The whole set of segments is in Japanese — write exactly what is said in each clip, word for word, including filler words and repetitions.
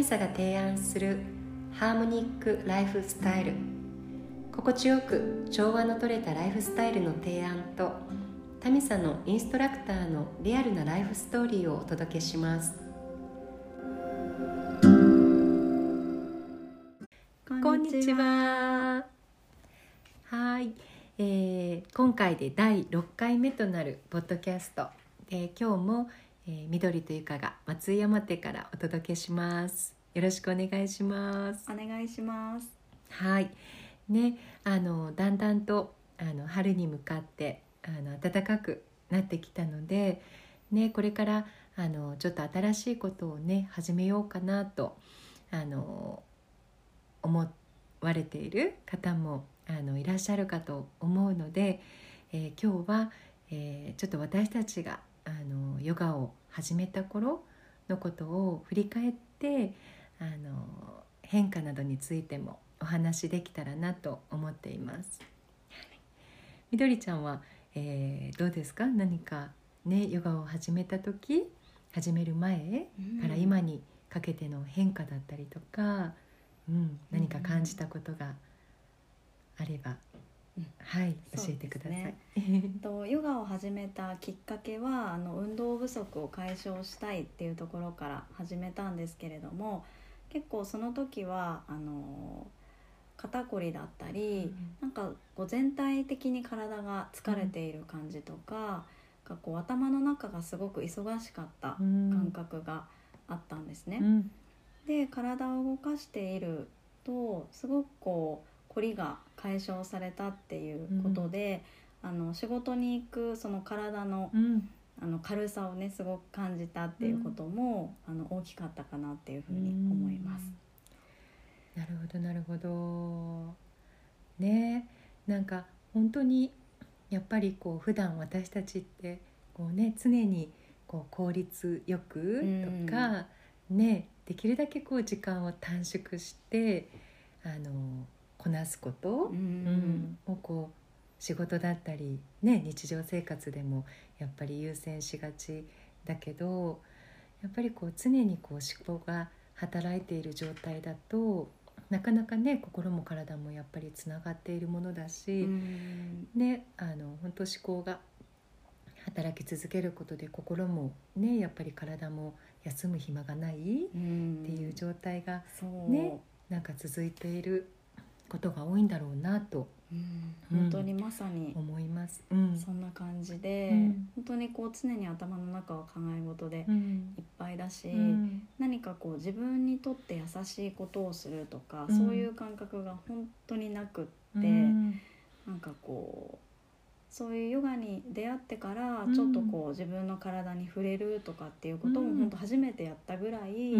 ミサが提案するハーモニックライフスタイル、心地よく調和の取れたライフスタイルの提案とタミサのインストラクターのリアルなライフストーリーをお届けします。こんにちは。はい、えー、今回でだいろっかいめとなるポッドキャスト、えー、今日も、えー、緑とゆかが松井山手からお届けします。よろしくお願いします。 お願いします。 はいね、あのだんだんとあの春に向かってあの暖かくなってきたので、ね、これからあのちょっと新しいことをね始めようかなとあの思われている方もあのいらっしゃるかと思うので、えー、今日は、えー、ちょっと私たちがあのヨガを始めた頃のことを振り返ってあの変化などについてもお話できたらなと思っています。みどりちゃんは、えー、どうですか？何かねヨガを始めた時、始める前から今にかけての変化だったりとか、うん、何か感じたことがあれば、うん、はい、教えてください。ね、 とヨガを始めたきっかけはあの運動不足を解消したいっていうところから始めたんですけれども、結構その時はあの肩こりだったり、うん、なんかこう全体的に体が疲れている感じとか、うん、こう頭の中がすごく忙しかった感覚があったんですね、うん、で体を動かしているとすごくこう凝りが解消されたっていうことで、うん、あの仕事に行くその体の、うん、あの軽さをねすごく感じたっていうことも、うん、あの大きかったかなっていうふうに思います。 うん、なるほどなるほどね。なんか本当にやっぱりこう普段私たちってこうね常にこう効率よくとか、うん、ねできるだけこう時間を短縮してあのこなすこと、うん、をこう仕事だったり、ね、日常生活でもやっぱり優先しがちだけど、やっぱりこう常にこう思考が働いている状態だとなかなかね心も体もやっぱりつながっているものだし、ね、あの本当思考が働き続けることで心もねやっぱり体も休む暇がないっていう状態がねなんか続いていることが多いんだろうなと、 うん、本当にまさに思います、うん、 そんな感じで、うん、本当にこう常に頭の中は考え事でいっぱいだし、うん、何かこう自分にとって優しいことをするとか、うん、そういう感覚が本当になくって、うん、なんかこうそういうヨガに出会ってからちょっとこう自分の体に触れるとかっていうことも本当初めてやったぐらい、うん、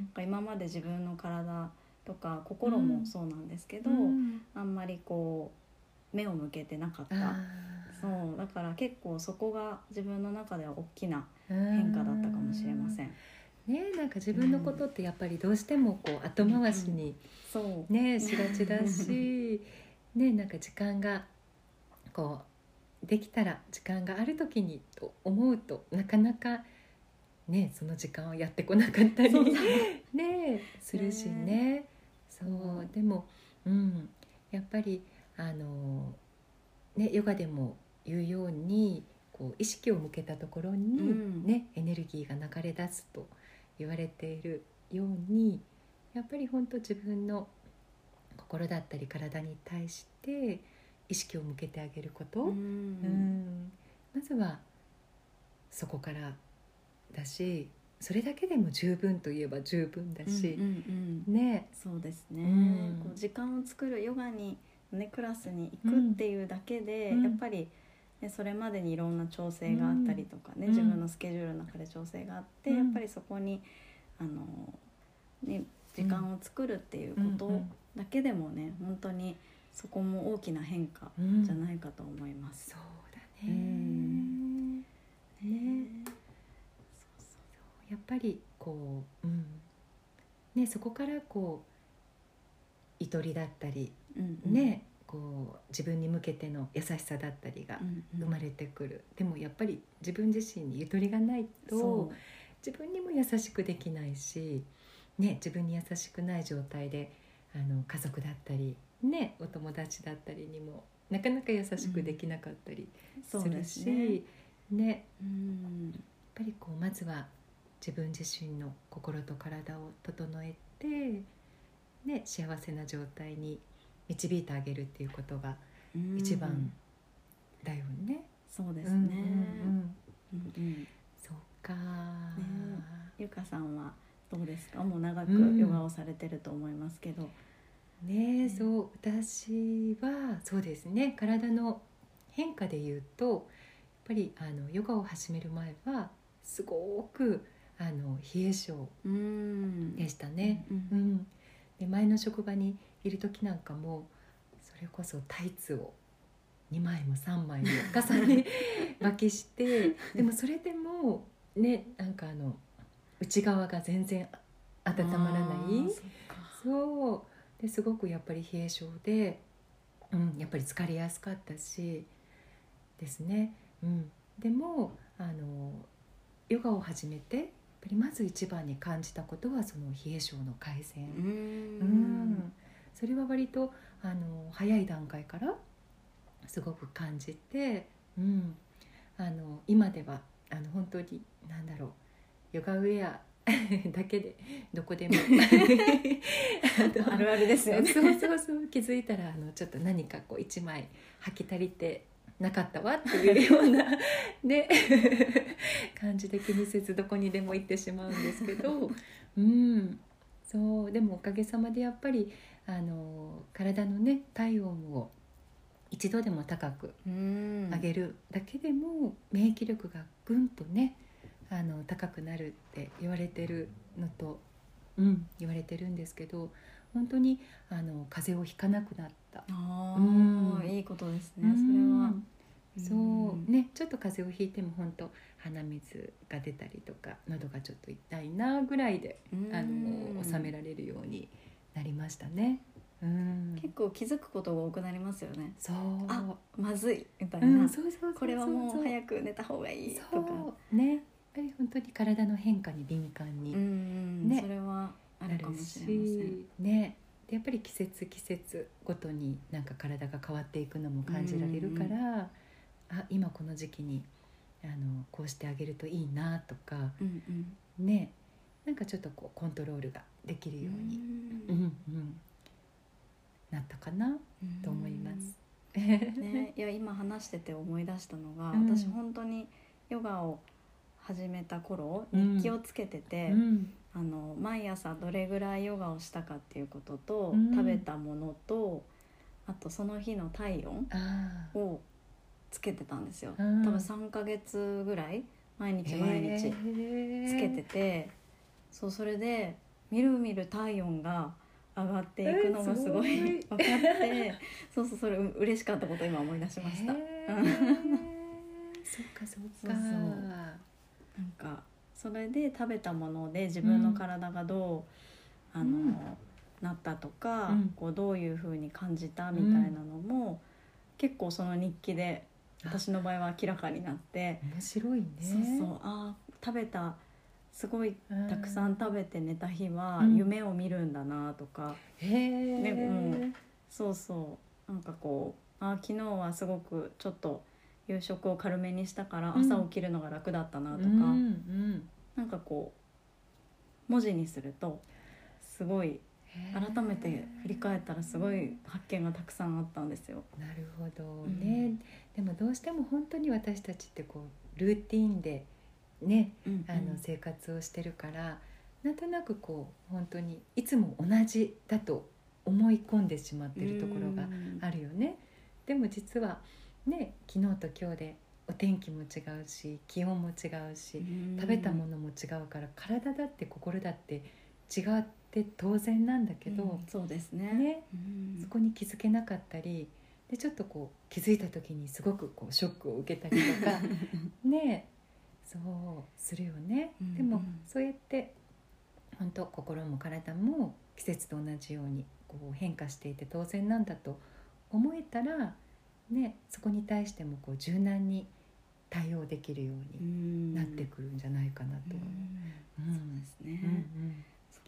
今まで自分の体とか心もそうなんですけど、うん、あんまりこう目を向けてなかった。そうだから結構そこが自分の中では大きな変化だったかもしれません。 ね、なんか自分のことってやっぱりどうしてもこう後回しに、ね、しがちだし、ね、なんか時間がこうできたら時間がある時にと思うとなかなかねその時間をやってこなかったりねするしね。そうでも、うん、やっぱりあのねヨガでも言うようにこう意識を向けたところに、ねうん、エネルギーが流れ出すと言われているように、やっぱり本当自分の心だったり体に対して意識を向けてあげること、うん、うんまずはそこからだし、それだけでも十分といえば十分だし、うんうんうん、ねそうですね、うん、こう時間を作るヨガに、ね、クラスに行くっていうだけで、うん、やっぱり、ね、それまでにいろんな調整があったりとかね、うん、自分のスケジュールの中で調整があって、うん、やっぱりそこにあの、ね、時間を作るっていうことだけでもね、うん、本当にそこも大きな変化じゃないかと思います、 うん、そうだね、うんねやっぱりこう、うんね、そこからこうゆとりだったり、うんうんね、こう自分に向けての優しさだったりが生まれてくる、うんうん、でもやっぱり自分自身にゆとりがないと自分にも優しくできないし、 ね、自分に優しくない状態であの家族だったり、ね、お友達だったりにもなかなか優しくできなかったりすそうでるし、 すね。 ね、 うんやっぱりこうまずは自分自身の心と体を整えて、ね、幸せな状態に導いてあげるっていうことが一番だよね。 そうですね。 うんうんうんうんうんそうか、 ゆかさんはどうですか？もう長くうんヨガをされてると思いますけど、 ねえ、そう私はそうですね、体の変化で言うとやっぱりあのヨガを始める前はすごくあの冷え性うんでしたね、 うんうん、で前の職場にいる時なんかもそれこそタイツをにまいもさんまいも重ね履きしてでもそれでもね、なんかあの内側が全然温まらない。 あーそっかそうですごくやっぱり冷え性で、うん、やっぱり疲れやすかったしですね、うん、でもあのヨガを始めてやっぱりまず一番に感じたことはその冷え性の改善、 ううんん、それは割とあの早い段階からすごく感じて、うん、あの今ではあの本当に何だろう、ヨガウェアだけでどこでもあるあるですよね。 そうそうそう気づいたらあのちょっと何かこういちまい履き足りてなかったわっていうような、ね、感じで気にせずどこにでも行ってしまうんですけど、うん、そうでもおかげさまでやっぱりあの体のね体温を一度でも高くうん上げるだけでも免疫力がぐんとねあの高くなるって言われてるのと、うん、言われてるんですけど本当にあの風邪をひかなくなった。 あうんーいいことですね、 うんそれは。 そうね、ちょっと風邪をひいても本当鼻水が出たりとか喉がちょっと痛いなぐらいでうんあの収められるようになりましたね。うん結構気づくことが多くなりますよね。 そうあ、まずいみたいな、 うん、そうそうそうそうこれはもう早く寝た方がいいとか。 そうね、やっぱり本当に体の変化に敏感にうんねそれはあなるるかもしれません。 し、ね、でやっぱり季節季節ごとになんか体が変わっていくのも感じられるから、あ今この時期にあのこうしてあげるといいなとか、 うんうんね、なんかちょっとこうコントロールができるように、うんうんなったかなと思います。 ね、いや今話してて思い出したのが、 うん私本当にヨガを始めた頃うん日記をつけてて、 うんあの毎朝どれぐらいヨガをしたかっていうことと、 うん食べたものとあとその日の体温あーをつけてたんですよ。 うん多分さんかげつぐらい毎日毎日へーつけてて、そうそれでみるみる体温が上がっていくのがすごいえーすご分かってそうそうそれう嬉しかったことを今思い出しました。 へーそっかそっか。 そうそうなんかそれで食べたもので自分の体がどう、あのうんなったとか、 うんこうどういう風に感じたみたいなのも、結構その日記で私の場合は明らかになって、 面白いね。 そうそうあー食べたすごいたくさん食べて寝た日はうん夢を見るんだなとか、 へーねうんそうそうなんかこうあ昨日はすごくちょっと夕食を軽めにしたからうん朝起きるのが楽だったなとか、 うんうんなんかこう文字にするとすごいへー改めて振り返ったらすごい発見がたくさんあったんですよ。 なるほどね、でもどうしても本当に私たちってこうルーティンでねうんあの生活をしてるからなんとなくこう本当にいつも同じだと思い込んでしまっているところがあるよね。でも実はね昨日と今日でお天気も違うし気温も違うし食べたものも違うから体だって心だって違って当然なんだけど、 うんそうですねねうんそこに気づけなかったりでちょっとこう気づいた時にすごくこうショックを受けたりとかねそうするよね、 うんでもそうやって本当心も体も季節と同じようにこう変化していて当然なんだと思えたら、ね、そこに対してもこう柔軟に対応できるようになってくるんじゃないかなと思う。 うんうんそうですね、 うんうん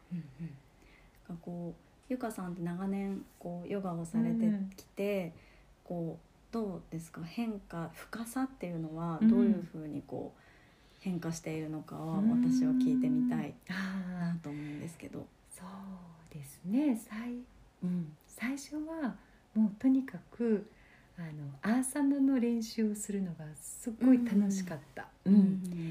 うんうん、なんかこうゆかさんって長年こうヨガをされてきて、うん、こうどうですか、変化深さっていうのはどういうふうにこう変化しているのかは私は聞いてみたいなと思うんですけど。 そうですね、最、うん、最初はもうとにかくあのアーサナの練習をするのがすごい楽しかった、うんうん、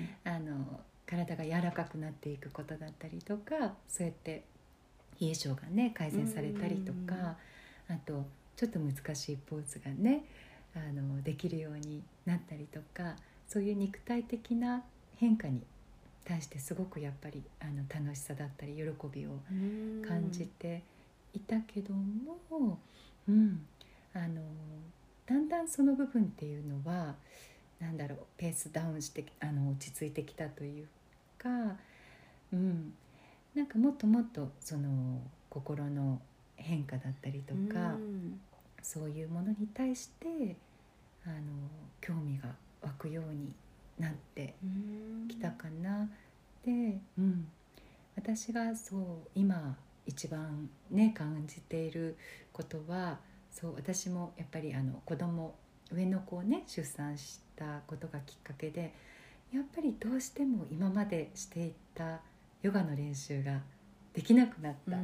あの体が柔らかくなっていくことだったりとか、そうやって冷え性がね改善されたりとか、あとちょっと難しいポーズがねあのできるようになったりとか、そういう肉体的な変化に対してすごくやっぱりあの楽しさだったり喜びを感じていたけども、うん、あのだんだんその部分っていうのはなんだろう、ペースダウンしてあの落ち着いてきたというか、うん、なんかもっともっとその心の変化だったりとか、そういうものに対してあの興味が湧くようになってきたかな。で、うん、私がそう今一番ね感じていることは、そう私もやっぱりあの子供上の子をね出産したことがきっかけで、やっぱりどうしても今までしていたヨガの練習ができなくなった、うん、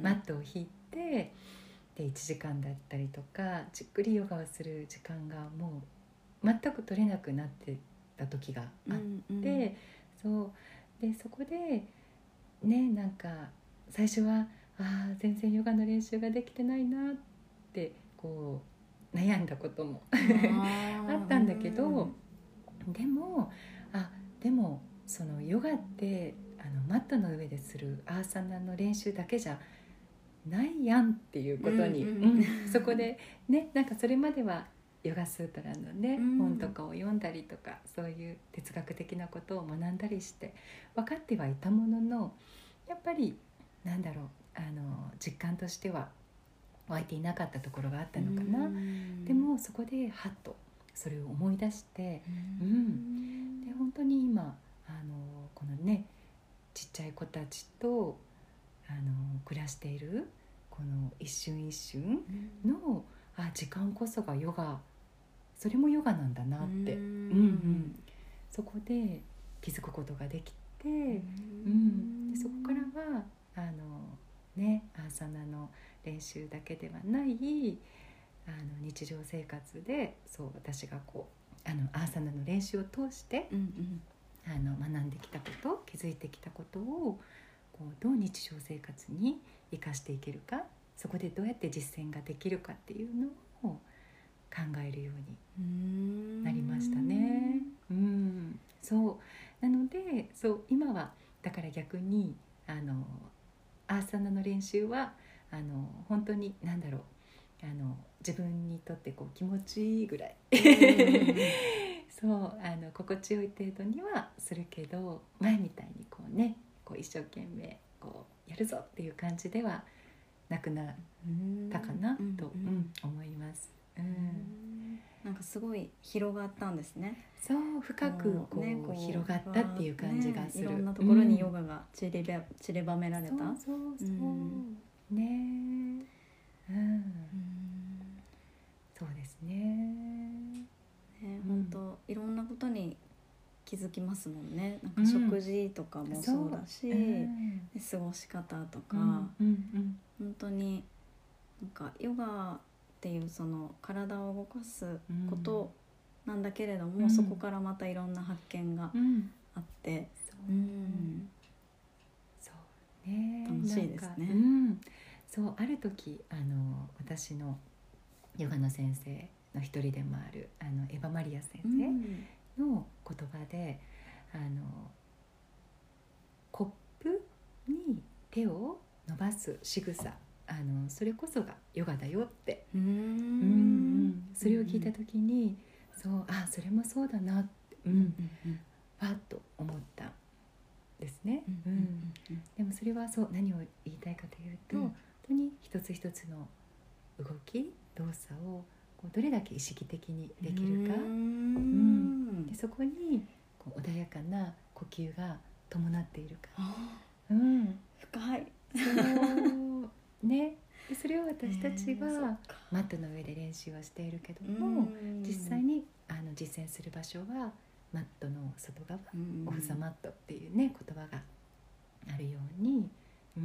マットを引いてでいちじかんだったりとかじっくりヨガをする時間がもう全く取れなくなってた時があって、うんうん、そうでそこでね、なんか最初はあ全然ヨガの練習ができてないなってこう悩んだこともあったんだけど、でもあでもそのヨガってあのマットの上でするアーサナの練習だけじゃないやんっていうことに、うんうんうん、そこでね、なんかそれまではヨガスートラのね、うん、本とかを読んだりとかそういう哲学的なことを学んだりして分かってはいたものの、やっぱりなんだろうあの実感としては湧いていなかったところがあったのかな、うん、でもそこでハッとそれを思い出して、うんうん、で本当に今あのこのねちっちゃい子たちとあの暮らしているこの一瞬一瞬の、うん、あ時間こそがヨガ、それもヨガなんだなって、うんうん、そこで気づくことができて、うん、でそこからはあの、ね、アーサナの練習だけではないあの日常生活でそう私がこうあのアーサナの練習を通して、うんうん、あの学んできたこと気づいてきたことをこうどう日常生活に生かしていけるか、そこでどうやって実践ができるかっていうのを考えるようになりましたね。うん、そうなのでそう今はだから逆にあのアーサナの練習はあの本当に何だろうあの自分にとってこう気持ちいいぐらいそうあの心地よい程度にはするけど、前みたいにこうねこう一生懸命こうやるぞっていう感じではなくなったかなと、うんうん、思います、うん、 なんかすごい広がったんですね。 そう深くこう、ね、こう広がったっていう感じがする、 ね、いろんなところにヨガが散りば、散りばめられた、そうそうそう、うん、ね、うん、うん、そうですね、 ね、本当いろんなことに気づきますもんね。なんか食事とかもそうだし、うん、で過ごし方とか、うんうんうん、本当になんかヨガっていうその体を動かすことなんだけれども、うん、そこからまたいろんな発見があって、うんうん、 そうね、 楽しいですね。 うん、そうある時あの私のヨガの先生の一人でもあるあのエヴァ・マリア先生の言葉で、うん、あのコップに手を伸ばす仕草、あのそれこそがヨガだよって、うんうんうん、それを聞いた時に、うん、そうあそれもそうだなって、うんうんうん、パッと思ったですね、うんうんうん、でもそれはそう何を言いたいかというと、うん、本当に一つ一つの動き動作をこうどれだけ意識的にできるか、うん、でそこにこう穏やかな呼吸が伴っているか、 うん、 深い。 そうね、でそれを私たちえーそっはかマットの上で練習をしているけどうも、 ん実際にあの実践する場所はマットの外側、 うんオフザマットっていうね言葉があるように、うん、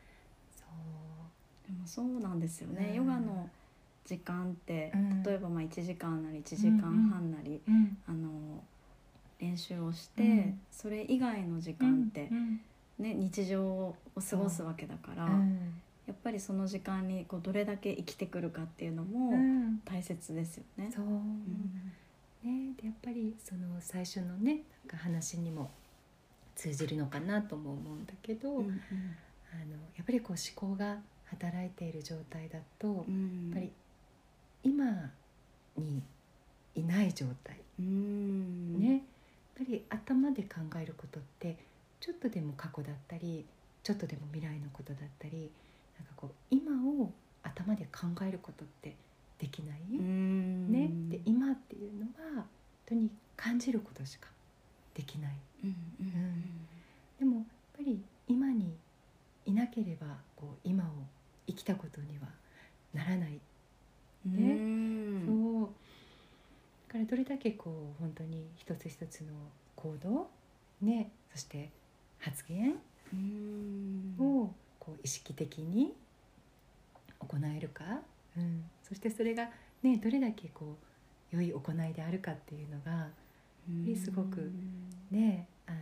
そうでもそうなんですよね、 うんヨガの時間って、 うん例えばまあいちじかんなりいちじかんはんなり、 うんあの練習をして、 うんそれ以外の時間って、 うんね、日常を過ごすわけだから、 うんやっぱりその時間にこうどれだけ生きてくるかっていうのうもん大切ですよね。 そう、ね、でやっぱりその最初のねなんか話にも通じるのかなとも思うんだけど、 うんうんあのやっぱりこう思考が働いている状態だと、やっうんぱり今にいない状態、 うんね、やっぱり頭で考えることってちょっとでも過去だったりちょっとでも未来のことだったり、なんかこう今を頭で考えることってできない、 うんね、で今っていうのは本当に感じることしかできない。 うんうんでもやっぱり今にいなければこう今を生きたことにはならない、 うんねうんそうだからどれだけこう本当に一つ一つの行動、ね、そして発言うんをこう意識的に行えるか、うん、そしてそれが、ね、どれだけこう良い行いであるかっていうのがすごくね、あの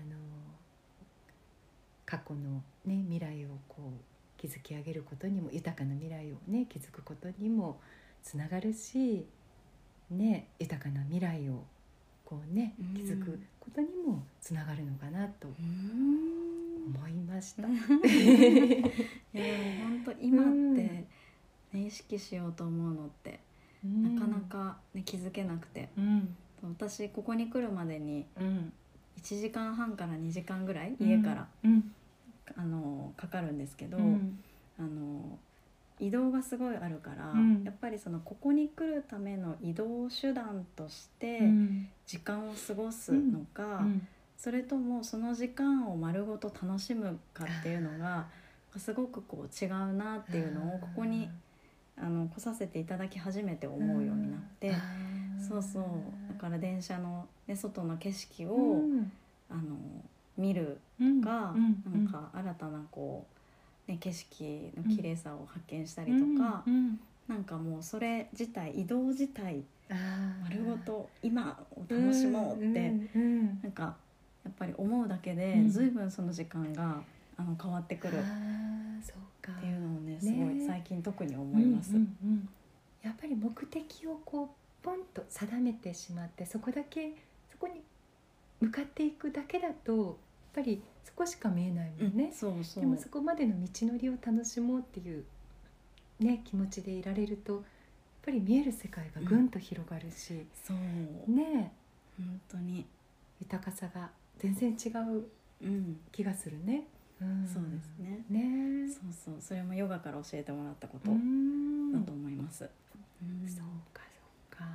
過去の、ね、未来をこう築き上げることにも、豊かな未来を、ね、築くことにもつながるし、ね、豊かな未来をこう、ね、築くことにもつながるのかなとうん思いました。 いやでも本当今って、ね、意識しようと思うのってなかなか、ね、気づけなくて、 うん私ここに来るまでにうんいちじかんはんからにじかんぐらい家から、 うんあのかかるんですけど、 うんあの移動がすごいあるから、 うんやっぱりそのここに来るための移動手段としてうん時間を過ごすのか、 うんそれともその時間を丸ごと楽しむかっていうのがすごくこう違うなっていうのをここにあの来させていただき始めて思うようになって、そうそうだから電車の、ね、外の景色を、 うんあの見るうんが、 うんなんか新たなこう、ね、景色の綺麗さを発見したりとか、 うんうんなんかもうそれ自体移動自体あー丸ごと今を楽しもうって、 うんうんなんかやっぱり思うだけで、 うん随分その時間があの変わってくるっあーそうかていうのをねねすごい最近特に思います。 うんうんうんやっぱり目的をこうポンと定めてしまって、そこだけそこに向かっていくだけだとやっぱりそこしか見えないもんね、 そうそうでもそこまでの道のりを楽しもうっていう、ね、気持ちでいられるとやっぱり見える世界がぐんと広がるし、 そうね本当に、 豊かさが全然違ううん、 気がするね、うん、 そうですね。 ねそうそうそれもヨガから教えてもらったことうだんと思います。うんそうかそうか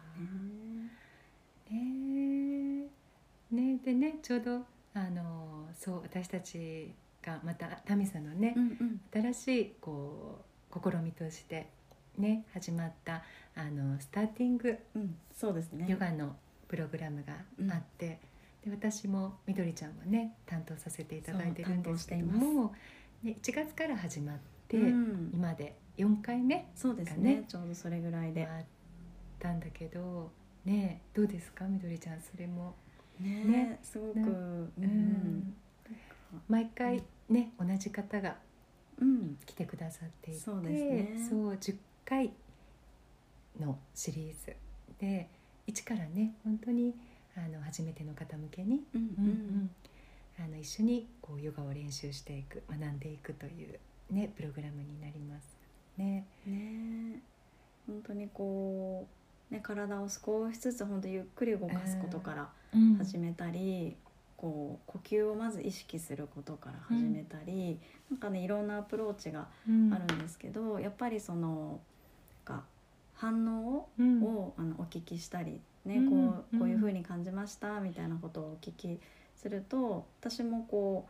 ねねねでねちょうどあのそう私たちがまたタミさんのね、 うんうん新しいこう試みとしてね始まったあのスターティングうん、そうですね。 ヨガのプログラムがあって、で私もみどりちゃんもね担当させていただいてるんですけどそう担当していも、ね、いちがつから始まって、 うん、 今でよんかいめそうですがねねちょうどそれぐらいで、 あったんだけどね、どうですかみどりちゃん、それも、 ねねすごく、 ねうんうん毎回ね、同じ方がうん来てくださっていて、 そうですねそうじゅっかいのシリーズで一からね本当にあの初めての方向けに、 うんうんうんあの一緒にこうヨガを練習していく、学んでいくという、ね、プログラムになりますね。 ね本当にこう、ね、体を少しずつ本当ゆっくり動かすことからうん始めたり、こう呼吸をまず意識することから始めたり、なんかねいろんなアプローチがうんあるんですけど、やっぱりそのなんか反応をうんをあのお聞きしたり、ねうんこううんこういう風に感じましたみたいなことをお聞きすると、私もこ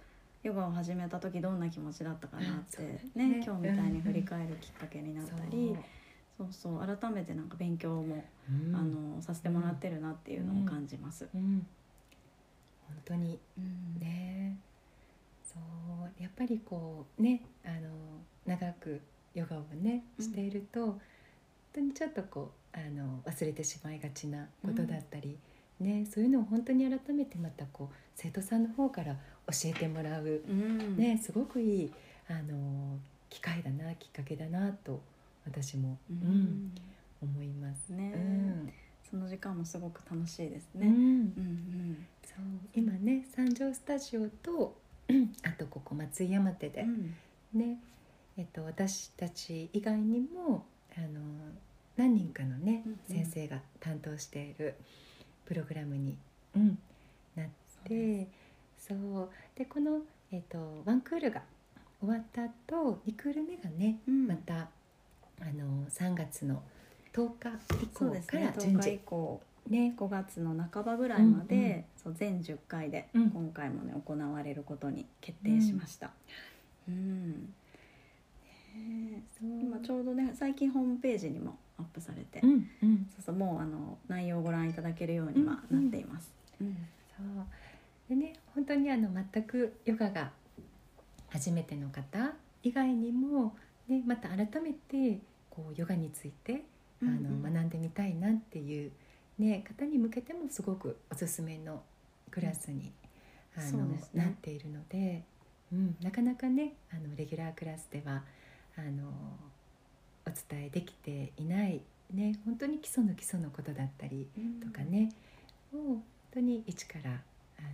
ヨガを始めた時どんな気持ちだったかなってね、 ね今日みたいに振り返るきっかけになったり、 うんそうそう改めてなんか勉強も、 うんあのさせてもらってるなっていうのを感じます。 うん、本当にうんね、そうやっぱりこうね、あの長くヨガをねしていると、本当にちょっとこうあの忘れてしまいがちなことだったり、ね、そういうのを本当に改めてまたこう生徒さんの方から教えてもらう、 うんね、すごくいいあの機会だな、きっかけだなと私も、 ううんん、思いますね、 うんその時間もすごく楽しいですね。 うんうんうんそう今ね三条スタジオとあとここ松井山手で、 うんねえっと、私たち以外にもあの何人かのね、 うんうん先生が担当しているプログラムに、うん、なってそうでこの、えっと、ワンクールが終わった後にクール目がね、 うんまたあのさんがつのとおか以降そうですね、 からとおか以順次、 降ね、 ごがつの半ばぐらいまで、 うんうんそう全じゅっかいでうん今回もね行われることに決定しました。うんねえそう今ちょうどね最近ホームページにもアップされて、 うんうんそうそうもうあの内容をご覧いただけるようにはなっています。うんそうでね、本当にあの全くヨガが初めての方以外にも、ね、また改めてこうヨガについてあの、 うんうん学んでみたいなっていう、ね、方に向けてもすごくおすすめのクラスに、あのそうですねなっているので、うん、なかなかねあのレギュラークラスではあのお伝えできていない、ね、本当に基礎の基礎のことだったりとかね、を本当に一からあ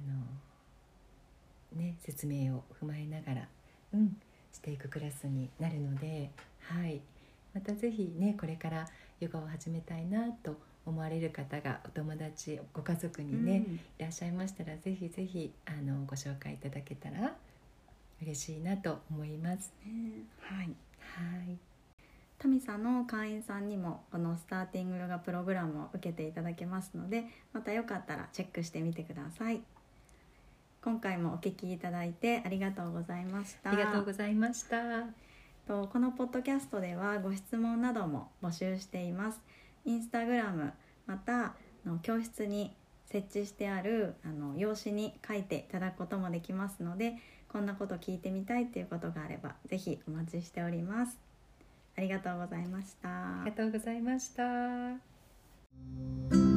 の、ね、説明を踏まえながら、うん、していくクラスになるので、はい、またぜひねこれからヨガを始めたいなと思われる方がお友達ご家族にね、 うんいらっしゃいましたらぜひぜひあのご紹介いただけたら嬉しいなと思います。 ねはいはいタミさんの会員さんにもこのスターティングヨガプログラムを受けていただけますので、またよかったらチェックしてみてください。今回もお聞きいただいてありがとうございました。 ありがとうございました。 とこのポッドキャストではご質問なども募集しています。インスタグラムまたあの教室に設置してあるあの用紙に書いていただくこともできますので、こんなこと聞いてみたいということがあればぜひお待ちしております。ありがとうございました。 ありがとうございました。